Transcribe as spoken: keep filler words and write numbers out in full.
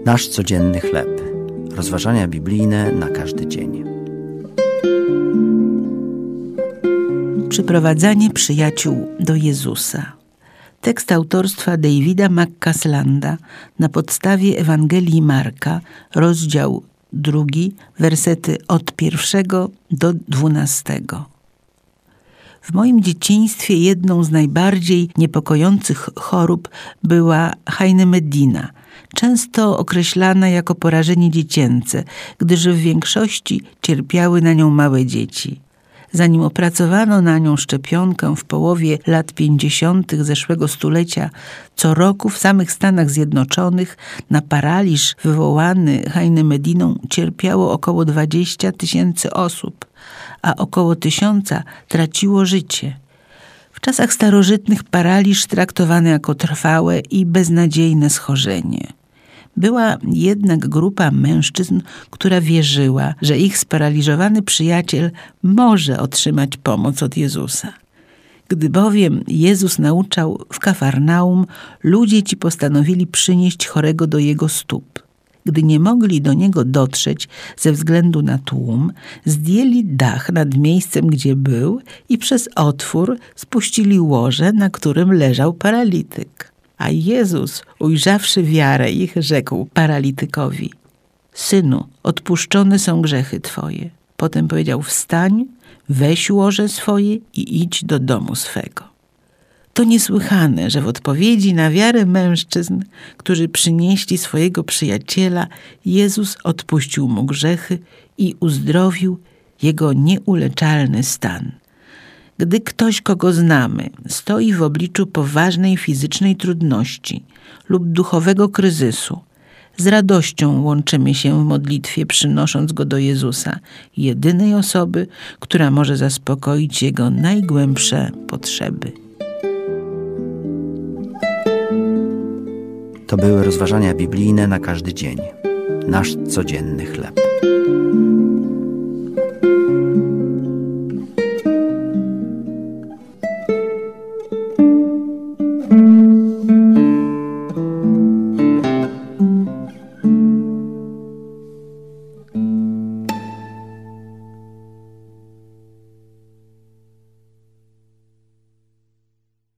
Nasz codzienny chleb. Rozważania biblijne na każdy dzień. Przyprowadzanie przyjaciół do Jezusa. Tekst autorstwa Davida McCaslanda na podstawie Ewangelii Marka, rozdział drugi, wersety od pierwszego do dwunastego. W moim dzieciństwie jedną z najbardziej niepokojących chorób była Heinemedina, często określana jako porażenie dziecięce, gdyż w większości cierpiały na nią małe dzieci. Zanim opracowano na nią szczepionkę w połowie lat pięćdziesiątych zeszłego stulecia, co roku w samych Stanach Zjednoczonych na paraliż wywołany Heinemediną cierpiało około dwadzieścia tysięcy osób, a około tysiąca traciło życie. W czasach starożytnych paraliż traktowano jako trwałe i beznadziejne schorzenie. Była jednak grupa mężczyzn, która wierzyła, że ich sparaliżowany przyjaciel może otrzymać pomoc od Jezusa. Gdy bowiem Jezus nauczał w Kafarnaum, ludzie ci postanowili przynieść chorego do Jego stóp. Gdy nie mogli do Niego dotrzeć ze względu na tłum, zdjęli dach nad miejscem, gdzie był i przez otwór spuścili łoże, na którym leżał paralityk. A Jezus, ujrzawszy wiarę ich, rzekł paralitykowi: Synu, odpuszczone są grzechy Twoje. Potem powiedział: wstań, weź łoże swoje i idź do domu swego. To niesłychane, że w odpowiedzi na wiarę mężczyzn, którzy przynieśli swojego przyjaciela, Jezus odpuścił mu grzechy i uzdrowił jego nieuleczalny stan. Gdy ktoś, kogo znamy, stoi w obliczu poważnej fizycznej trudności lub duchowego kryzysu, z radością łączymy się w modlitwie, przynosząc go do Jezusa, jedynej osoby, która może zaspokoić jego najgłębsze potrzeby. To były rozważania biblijne na każdy dzień. Nasz codzienny chleb.